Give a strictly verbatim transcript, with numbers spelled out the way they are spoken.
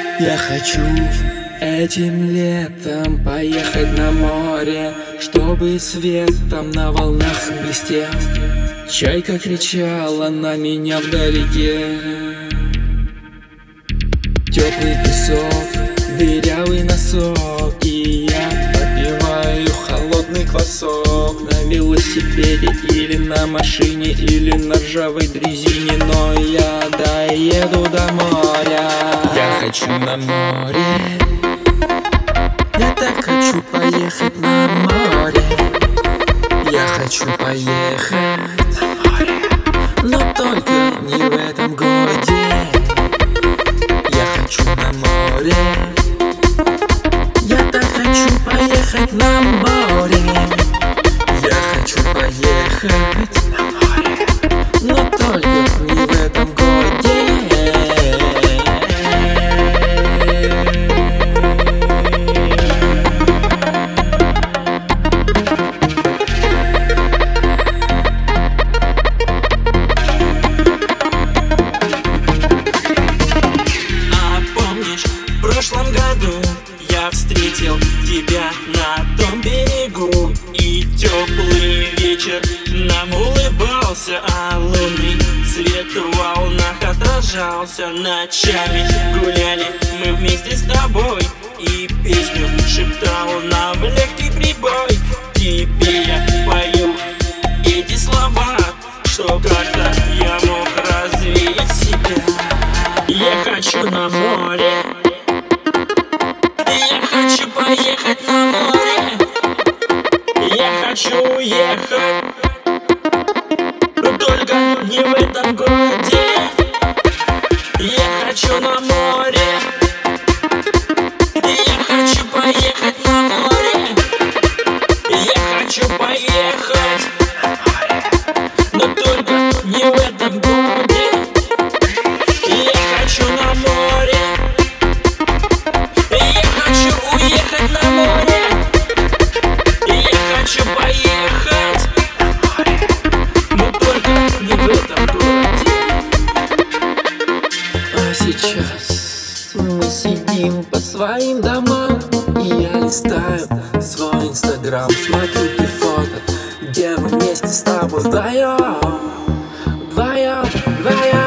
Я хочу этим летом поехать на море, чтобы свет там на волнах блестел. Чайка кричала на меня вдалеке. Теплый песок, дырявый носок, и я попиваю холодный квасок. На велосипеде или на машине, или на ржавой дрезине, но я доеду до моря. Я хочу на море, я так хочу поехать на море. Я хочу поехать на море, но только не в этом годе. Я хочу на море, я так хочу поехать на море. Я хочу поехать на море, но только не в этом годе. В прошлом году я встретил тебя на том берегу, и теплый вечер нам улыбался, а лунный свет в волнах отражался. Ночами гуляли мы вместе с тобой, и песню шептал нам легкий прибой. Тебе я пою эти слова, что как-то я мог развеять себя. Я хочу на море, я хочу поехать на море. Я хочу уехать, но только не в этом годе. Я хочу на море, я хочу поехать на море. Я хочу поехать на море, но только не в этом годе. Я хочу на море, я хочу уехать на море. Я хочу поехать на море, но только не в этом городе. А сейчас мы сидим по своим домам, и я листаю свой инстаграм, смотрю ты фото, где мы вместе с тобой вдвоем, вдвоем, вдвоем.